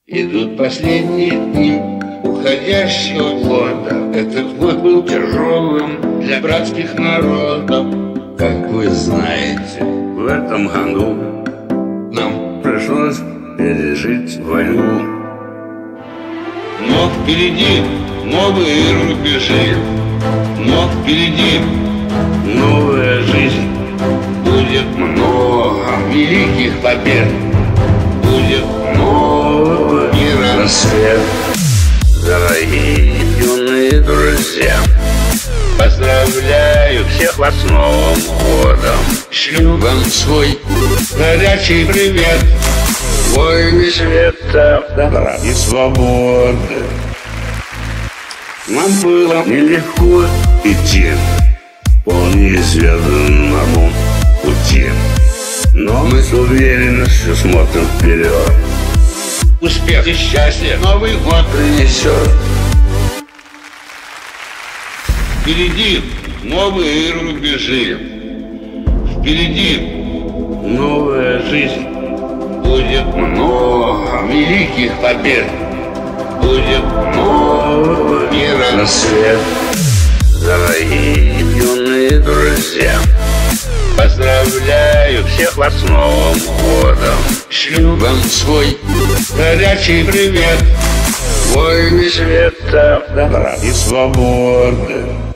Идут последние дни уходящего года. Этот год был тяжелым для братских народов. Как вы знаете, в этом году нам пришлось пережить войну. Но впереди новые рубежи, но впереди Новая жизнь. будет много великих побед, будет много мира. Рассвет. Дорогие юные друзья, Поздравляю всех вас с Новым годом. шлю вам свой горячий привет. Войны света, добра и свободы. Нам было нелегко идти по неизведанному пути, но мы с уверенностью смотрим вперед. Успех и счастье Новый год Принесет впереди новые рубежи, впереди новая жизнь. будет много великих побед, будет много мира. Рассвет. Дорогие юные друзья, Поздравляю всех вас с Новым годом. шлю вам свой горячий привет. Войны света, добра и свободы.